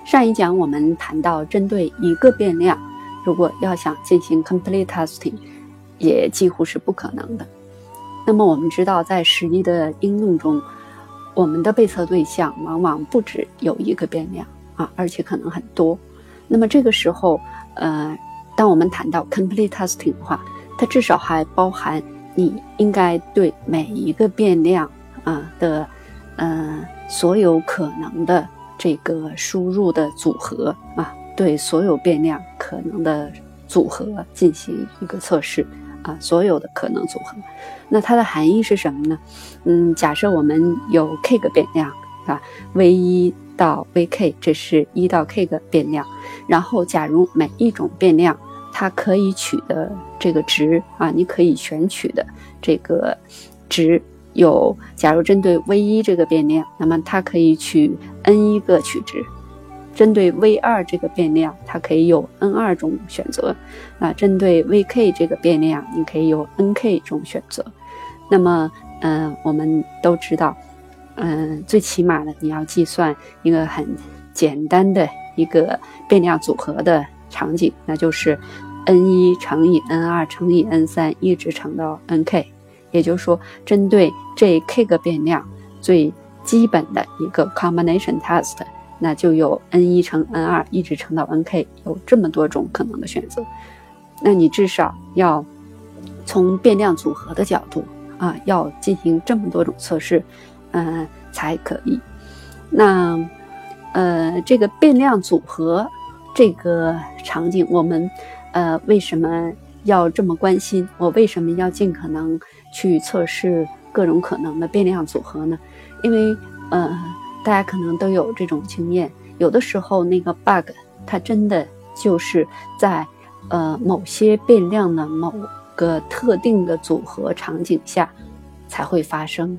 上一讲我们谈到，针对一个变量，如果要想进行 complete testing， 也几乎是不可能的。那么我们知道，在实际的应用中，我们的被测对象往往不只有一个变量而且可能很多。那么这个时候，当我们谈到 complete testing 的话，它至少还包含你应该对每一个变量的所有可能的这个输入的组合对所有变量可能的组合进行一个测试所有的可能组合。那它的含义是什么呢？假设我们有 k 个变量v1 到 vk， 这是1到 k 个变量，然后假如每一种变量它可以取的这个值你可以选取的这个值有，假如针对 v1 这个变量，那么它可以取 n1 个取值，针对 v2 这个变量它可以有 n2 种选择针对 vk 这个变量你可以有 nk 种选择。那么我们都知道最起码的你要计算一个很简单的一个变量组合的场景，那就是 n1 乘以 n2 乘以 n3 一直乘到 nk， 也就是说针对这 k 个变量最基本的一个 combination test， 那就有 n1 乘 n2 一直乘到 nk， 有这么多种可能的选择。那你至少要从变量组合的角度要进行这么多种测试才可以。那这个变量组合这个场景，我们为什么要这么关心？我为什么要尽可能去测试各种可能的变量组合呢？因为大家可能都有这种经验，有的时候那个 bug 它真的就是在某些变量的某个特定的组合场景下才会发生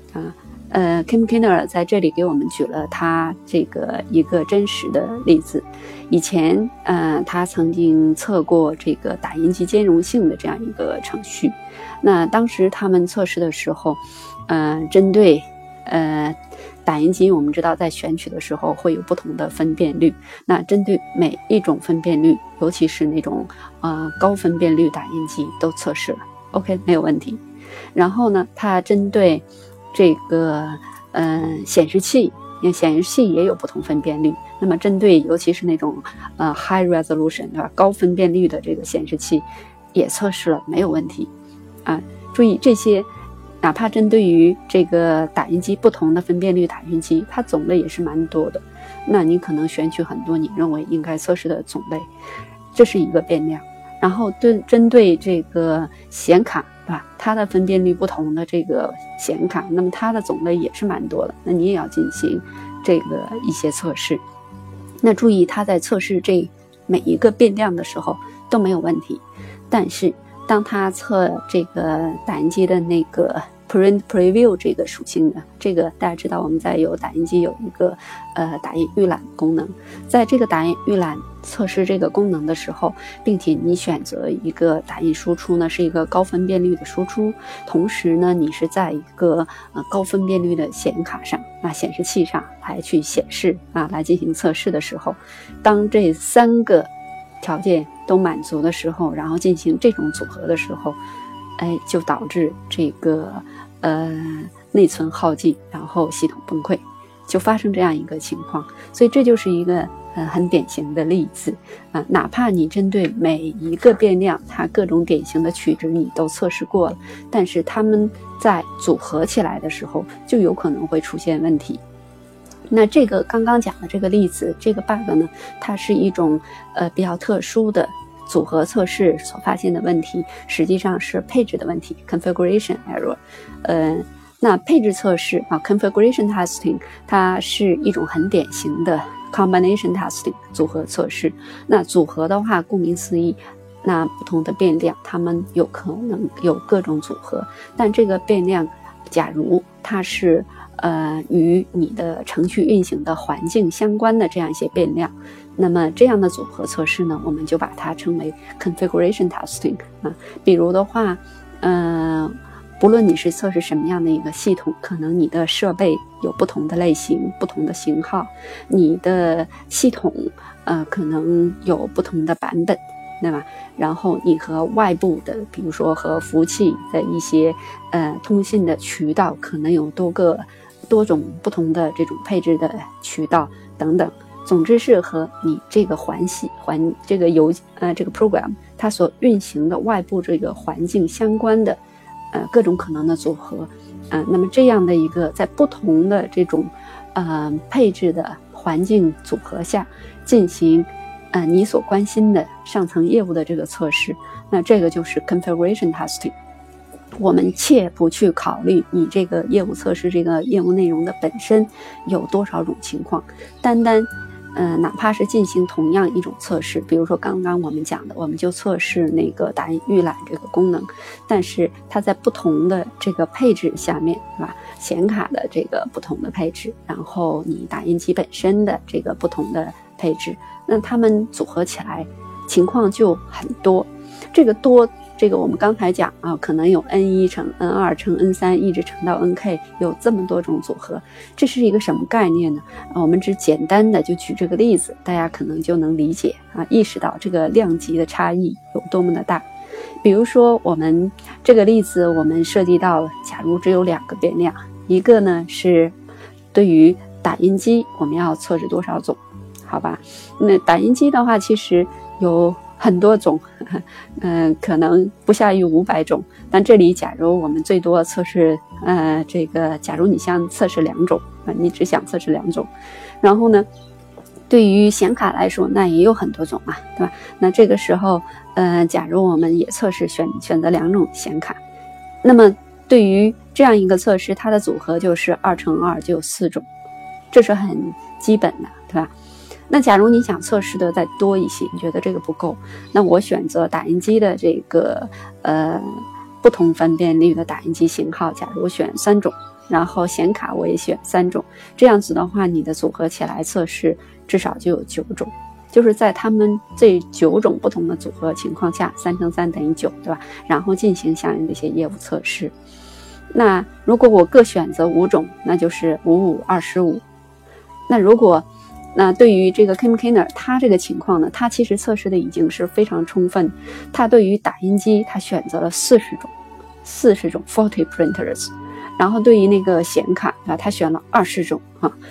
Kim Kinner 在这里给我们举了他这个一个真实的例子。以前他曾经测过这个打印机兼容性的这样一个程序。那当时他们测试的时候针对打印机，我们知道在选取的时候会有不同的分辨率，那针对每一种分辨率，尤其是那种高分辨率打印机都测试了 OK 没有问题。然后呢，它针对这个显示器，因为显示器也有不同分辨率，那么针对尤其是那种high resolution 对吧，高分辨率的这个显示器也测试了没有问题注意这些哪怕针对于这个打印机不同的分辨率打印机，它种类也是蛮多的，那你可能选取很多你认为应该测试的种类，这是一个变量。然后针对这个显卡对吧，它的分辨率不同的这个显卡，那么它的种类也是蛮多的，那你也要进行这个一些测试。那注意它在测试这每一个变量的时候都没有问题，但是当它测这个打印机的那个 print preview 这个属性的，这个大家知道我们在有打印机有一个打印预览功能，在这个打印预览测试这个功能的时候，并且你选择一个打印输出呢是一个高分辨率的输出，同时呢你是在一个高分辨率的显卡上显示器上来去显示来进行测试的时候，当这三个条件都满足的时候，然后进行这种组合的时候就导致这个内存耗尽，然后系统崩溃，就发生这样一个情况。所以这就是一个很典型的例子哪怕你针对每一个变量它各种典型的取值你都测试过了，但是它们在组合起来的时候就有可能会出现问题。那这个刚刚讲的这个例子，这个 bug 呢，它是一种比较特殊的组合测试所发现的问题，实际上是配置的问题 configuration error。那配置测试configuration testing 它是一种很典型的 combination testing 组合测试。那组合的话顾名思义，那不同的变量它们有可能有各种组合，但这个变量假如它是与你的程序运行的环境相关的这样一些变量，那么这样的组合测试呢，我们就把它称为 configuration testing比如的话不论你是测试什么样的一个系统，可能你的设备有不同的类型、不同的型号，你的系统可能有不同的版本，对吧？然后你和外部的，比如说和服务器的一些通信的渠道，可能有多种不同的这种配置的渠道等等。总之是和你这个这个 program 它所运行的外部这个环境相关的各种可能的组合。那么这样的一个在不同的这种配置的环境组合下进行你所关心的上层业务的这个测试，那这个就是 configuration testing。我们切不去考虑你这个业务测试这个业务内容的本身有多少种情况，单哪怕是进行同样一种测试，比如说刚刚我们讲的，我们就测试那个打印预览这个功能，但是它在不同的这个配置下面，是吧？显卡的这个不同的配置，然后你打印机本身的这个不同的配置，那它们组合起来情况就很多。这个我们刚才讲可能有 N1 乘 N2 乘 N3 一直乘到 NK， 有这么多种组合，这是一个什么概念呢？我们只简单的就举这个例子，大家可能就能理解意识到这个量级的差异有多么的大。比如说我们这个例子，我们涉及到假如只有2个变量，一个呢是对于打印机我们要测试多少种，好吧？那打印机的话其实有很多种，可能不下于500种，但这里假如我们最多测试假如你想测试2种，你只想测试2种，然后呢对于显卡来说那也有很多种对吧？那这个时候假如我们也测试选择2种显卡，那么对于这样一个测试，它的组合就是2乘2就有4种，这是很基本的，对吧？那假如你想测试的再多一些，你觉得这个不够，那我选择打印机的这个不同分辨率的打印机型号，假如我选3种，然后显卡我也选3种，这样子的话你的组合起来测试至少就有9种，就是在他们这9种不同的组合情况下，3乘3等于9，对吧？然后进行相应的一些业务测试。那如果我各选择5种，那就是55 25。那对于这个 Kim Kiner 他这个情况呢，他其实测试的已经是非常充分，他对于打印机他选择了40种 40 printers， 然后对于那个显卡他选了20种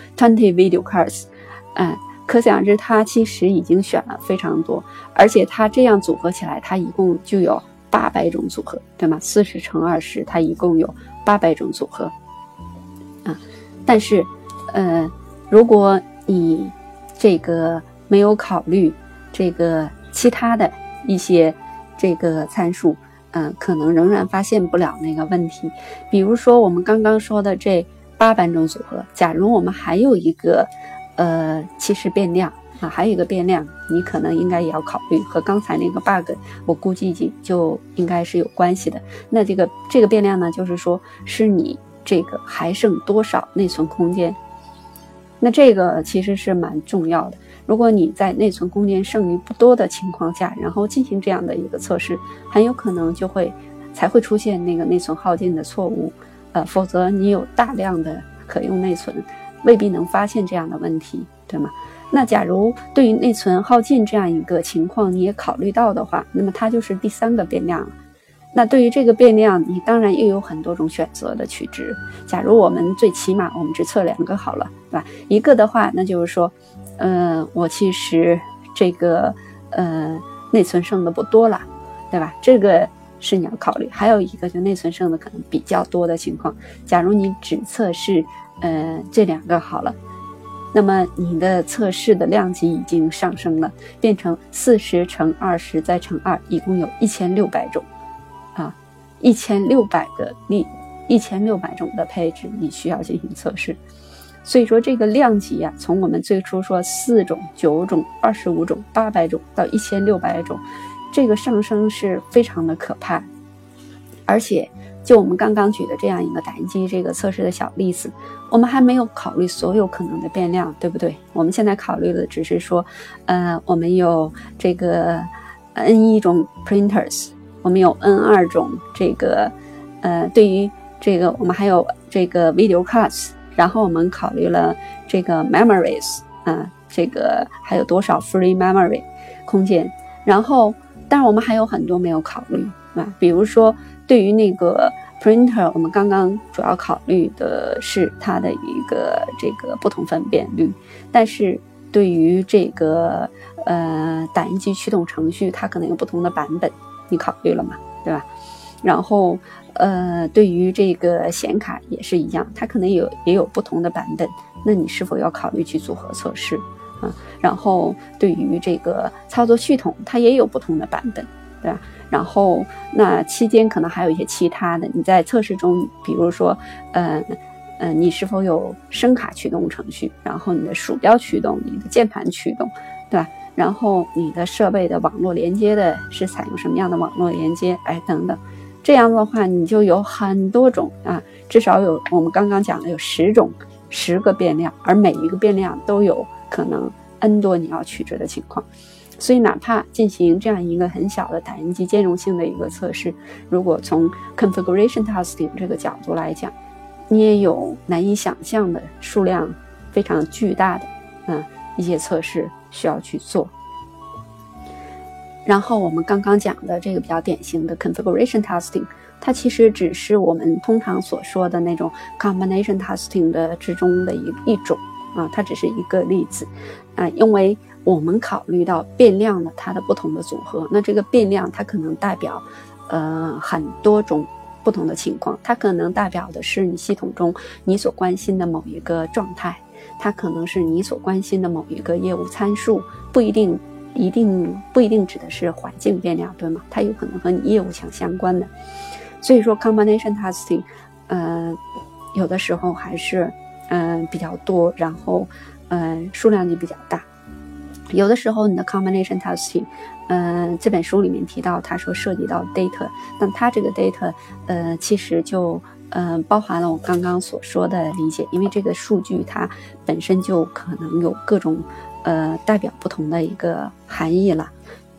20 video cards， 可想而知他其实已经选了非常多，而且他这样组合起来他一共就有800种组合，对吗？40乘20他一共有800种组合但是如果你这个没有考虑这个其他的一些这个参数，可能仍然发现不了那个问题。比如说我们刚刚说的这800种组合，假如我们还有一个其实变量还有一个变量，你可能应该也要考虑，和刚才那个 bug 我估计就应该是有关系的。那这个变量呢，就是说是你这个还剩多少内存空间。那这个其实是蛮重要的，如果你在内存空间剩余不多的情况下，然后进行这样的一个测试，很有可能才会出现那个内存耗尽的错误，否则你有大量的可用内存，未必能发现这样的问题，对吗？那假如对于内存耗尽这样一个情况你也考虑到的话，那么它就是第3个变量了。那对于这个变量，你当然又有很多种选择的取值。假如我们最起码我们只测2个好了，对吧？一个的话，那就是说，我其实这个内存剩的不多了，对吧？这个是你要考虑。还有一个就内存剩的可能比较多的情况，假如你只测试这2个好了，那么你的测试的量级已经上升了，变成40乘20再乘2，一共有1600种。1600种的配置你需要进行测试，所以说这个量级从我们最初说4种、9种、25种、800种到1600种，这个上升是非常的可怕。而且就我们刚刚举的这样一个打印机这个测试的小例子，我们还没有考虑所有可能的变量，对不对？我们现在考虑的只是说我们有这个 N1 种 printers，我们有 N2 种这个对于这个我们还有这个 video cards， 然后我们考虑了这个 memories 这个还有多少 free memory 空间，然后当然我们还有很多没有考虑比如说对于那个 printer， 我们刚刚主要考虑的是它的一个这个不同分辨率，但是对于这个打印机驱动程序，它可能有不同的版本，你考虑了吗？对吧？然后对于这个显卡也是一样，它可能也有不同的版本，那你是否要考虑去组合测试然后对于这个操作系统，它也有不同的版本，对吧？然后那期间可能还有一些其他的，你在测试中，比如说你是否有声卡驱动程序，然后你的鼠标驱动，你的键盘驱动，对吧？然后你的设备的网络连接的是采用什么样的网络连接，等等。这样的话你就有很多种至少有我们刚刚讲的有10个变量，而每一个变量都有可能 N 多你要取值的情况。所以哪怕进行这样一个很小的打印机兼容性的一个测试，如果从 configuration testing 这个角度来讲，你也有难以想象的数量非常巨大的一些测试需要去做。然后我们刚刚讲的这个比较典型的 configuration testing， 它其实只是我们通常所说的那种 combination testing 的之中的一种它只是一个例子因为我们考虑到变量的它的不同的组合，那这个变量它可能代表很多种不同的情况，它可能代表的是你系统中你所关心的某一个状态，它可能是你所关心的某一个业务参数，不一定指的是环境变量，对吗？它有可能和你业务相关的。所以说 combination testing 有的时候还是比较多，然后数量就比较大。有的时候你的 combination testing 这本书里面提到，他说涉及到 data， 那它这个 data 其实就包含了我刚刚所说的理解，因为这个数据它本身就可能有各种代表不同的一个含义了。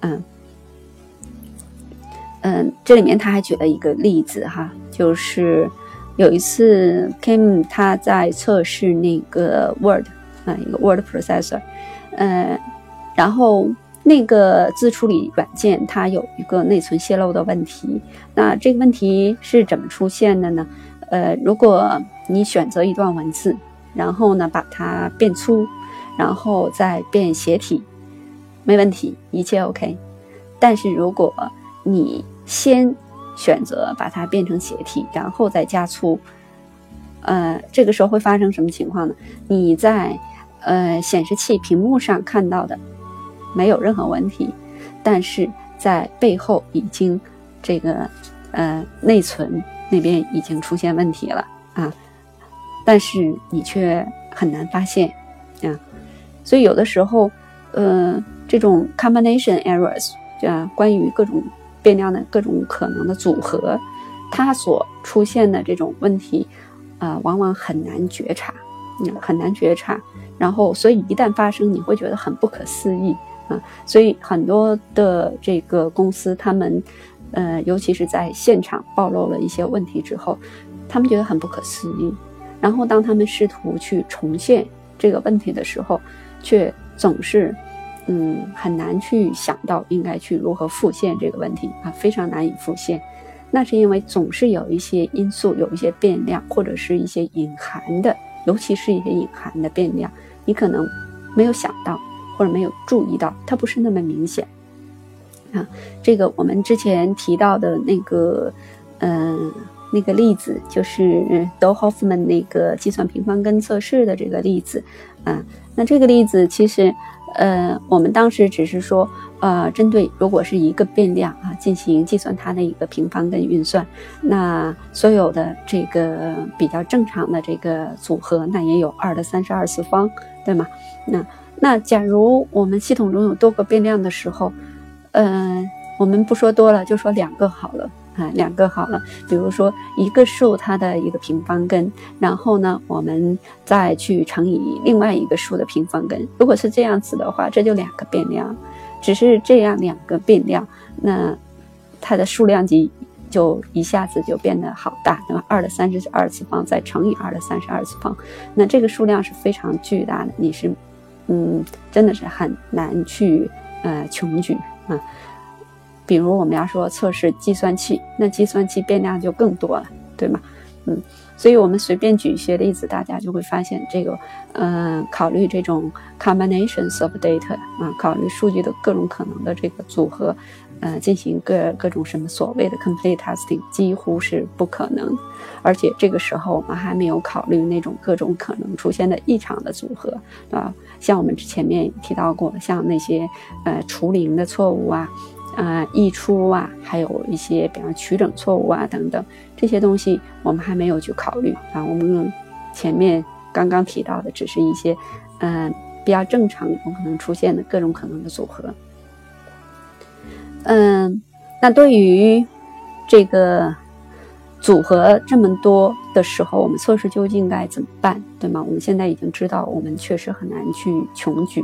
这里面他还举了一个例子就是有一次 Kim 他在测试那个 Word 一个 Word processor，然后那个自处理软件它有一个内存泄露的问题。那这个问题是怎么出现的呢？如果你选择一段文字，然后呢把它变粗，然后再变斜体，没问题，一切 OK。但是如果你先选择把它变成斜体，然后再加粗，这个时候会发生什么情况呢？你在显示器屏幕上看到的没有任何问题，但是在背后已经这个内存那边已经出现问题了但是你却很难发现所以有的时候这种 combination errors 关于各种变量的各种可能的组合，它所出现的这种问题往往很难觉察，然后所以一旦发生你会觉得很不可思议所以很多的这个公司他们尤其是在现场暴露了一些问题之后，他们觉得很不可思议，然后当他们试图去重现这个问题的时候，却总是很难去想到应该去如何复现这个问题非常难以复现。那是因为总是有一些因素，有一些变量，或者是一些隐含的，尤其是一些隐含的变量，你可能没有想到或者没有注意到，它不是那么明显这个我们之前提到的那个例子，就是 Doe Hoffman 那个计算平方根测试的这个例子那这个例子其实我们当时只是说针对如果是一个变量进行计算它的一个平方根运算，那所有的这个比较正常的这个组合，那也有2的32次方，对吗？那假如我们系统中有多个变量的时候我们不说多了，就说2个好了2个好了。比如说一个数它的一个平方根，然后呢我们再去乘以另外一个数的平方根，如果是这样子的话，这就2个变量，只是这样2个变量，那它的数量级就一下子就变得好大，对吧？2的32次方再乘以2的32次方，那这个数量是非常巨大的，你是真的是很难去穷举啊。比如我们要说测试计算器，那计算器变量就更多了，对吗？所以我们随便举一些例子，大家就会发现这个考虑这种 combinations of data 考虑数据的各种可能的这个组合，进行各种什么所谓的 complete testing 几乎是不可能，而且这个时候我们还没有考虑那种各种可能出现的异常的组合啊，像我们前面也提到过的，像那些除零的错误啊。溢出啊，还有一些比方取整错误啊等等，这些东西我们还没有去考虑啊。我们前面刚刚提到的只是一些比较正常有可能出现的各种可能的组合。那对于这个组合这么多的时候，我们测试究竟该怎么办，对吗？我们现在已经知道我们确实很难去穷举。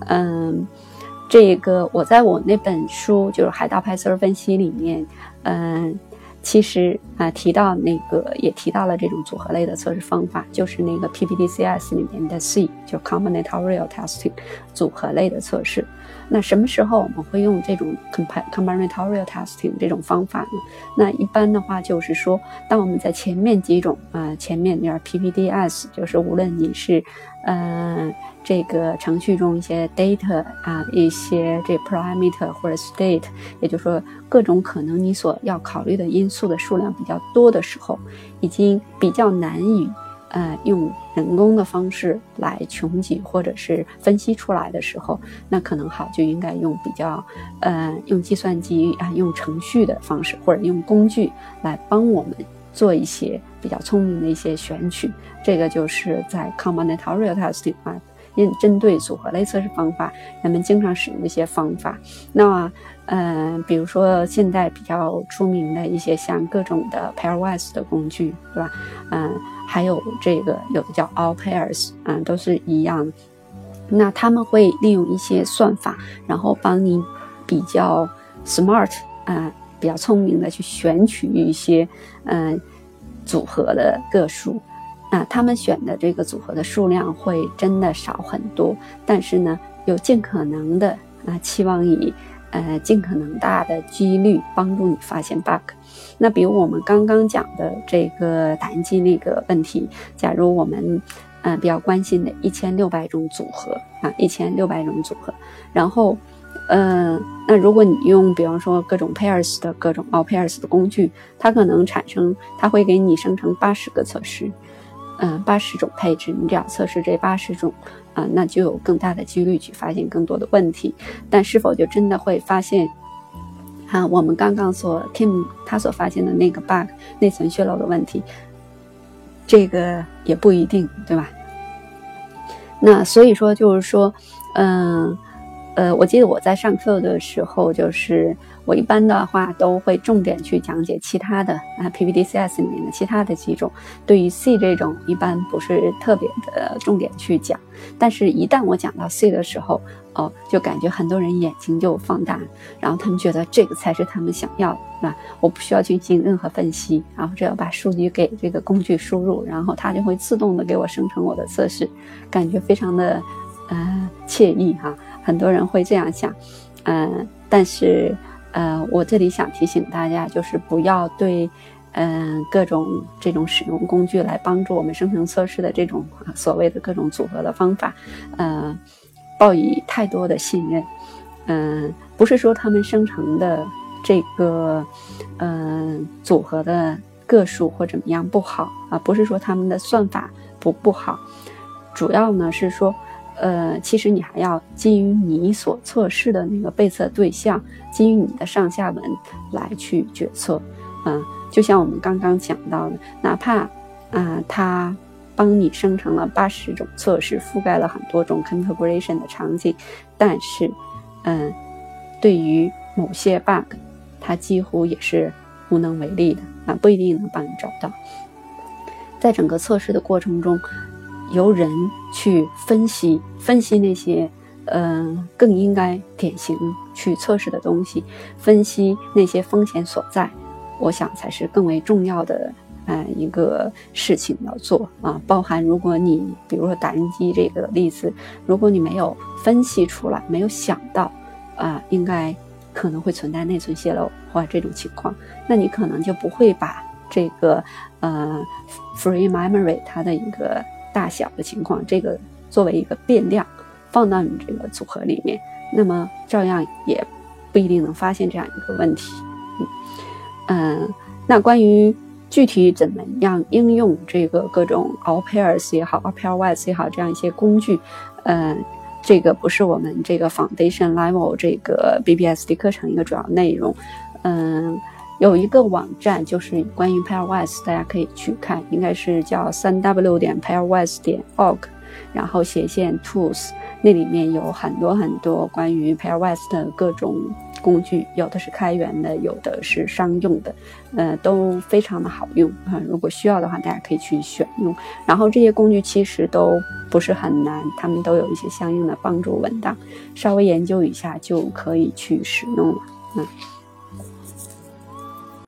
这个我在我那本书就是海盗派测试分析里面其实提到那个也提到了这种组合类的测试方法，就是那个 PPDCS 里面的 C， 就 Combinatorial Testing 组合类的测试。那什么时候我们会用这种 Combinatorial Testing 这种方法呢？那一般的话就是说，当我们在前面几种前面就是 PPDS， 就是无论你是这个程序中一些 data 一些这 parameter 或者 state， 也就是说各种可能你所要考虑的因素的数量比较多的时候，已经比较难以用人工的方式来穷举或者是分析出来的时候，那可能好就应该用比较用计算机用程序的方式或者用工具来帮我们做一些比较聪明的一些选取。这个就是在 Combinatorial Testing 针对组合类测试方法人们经常使用的一些方法。那比如说现在比较出名的一些像各种的 pairwise 的工具，对吧？还有这个有的叫 all pairs 都是一样的。那他们会利用一些算法，然后帮你比较 smart 比较聪明的去选取一些组合的个数。他们选的这个组合的数量会真的少很多，但是呢有尽可能的期望以尽可能大的几率帮助你发现 bug。 那比如我们刚刚讲的这个打印机那个问题，假如我们比较关心的1600种组合1600种组合，然后那如果你用比方说各种 pairs 的各种 all pairs 的工具，它可能它会给你生成80个测试，80种配置，你只要测试这80种那就有更大的几率去发现更多的问题。但是否就真的会发现我们刚刚Tim 他所发现的那个 bug 内存泄漏的问题，这个也不一定，对吧？那所以说就是说我记得我在上课的时候，就是我一般的话都会重点去讲解其他的PPDCS 里面的其他的几种，对于 C 这种一般不是特别的重点去讲，但是一旦我讲到 C 的时候就感觉很多人眼睛就放大，然后他们觉得这个才是他们想要的，我不需要去进行任何分析，然后只要把数据给这个工具输入，然后它就会自动的给我生成我的测试，感觉非常的惬意很多人会这样想，但是我这里想提醒大家，就是不要对各种这种使用工具来帮助我们生成测试的这种所谓的各种组合的方法抱以太多的信任。不是说他们生成的这个组合的个数或怎么样不好不是说他们的算法不好，主要呢是说其实你还要基于你所测试的那个被测对象，基于你的上下文来去决策。就像我们刚刚讲到的，哪怕它帮你生成了80种测试，覆盖了很多种 configuration 的场景，但是对于某些 bug 它几乎也是无能为力的不一定能帮你找到。在整个测试的过程中，由人去分析那些更应该典型去测试的东西，分析那些风险所在， 我想才是更为重要的一个事情要做啊。包含如果你比如说打印机这个例子，如果你没有分析出来，没有想到应该可能会存在内存泄漏或者这种情况，那你可能就不会把这个free memory 它的一个大小的情况，这个作为一个变量放到你这个组合里面，那么照样也不一定能发现这样一个问题。那关于具体怎么样应用这个各种 all pairs 也好 all pairwise 也好这样一些工具，这个不是我们这个 foundation level 这个 BBSD 课程一个主要内容。有一个网站就是关于 pairwise 大家可以去看，应该是叫 3w.pairwise.org 然后/tools， 那里面有很多关于 pairwise 的各种工具，有的是开源的，有的是商用的，都非常的好用如果需要的话大家可以去选用，然后这些工具其实都不是很难，他们都有一些相应的帮助文档，稍微研究一下就可以去使用了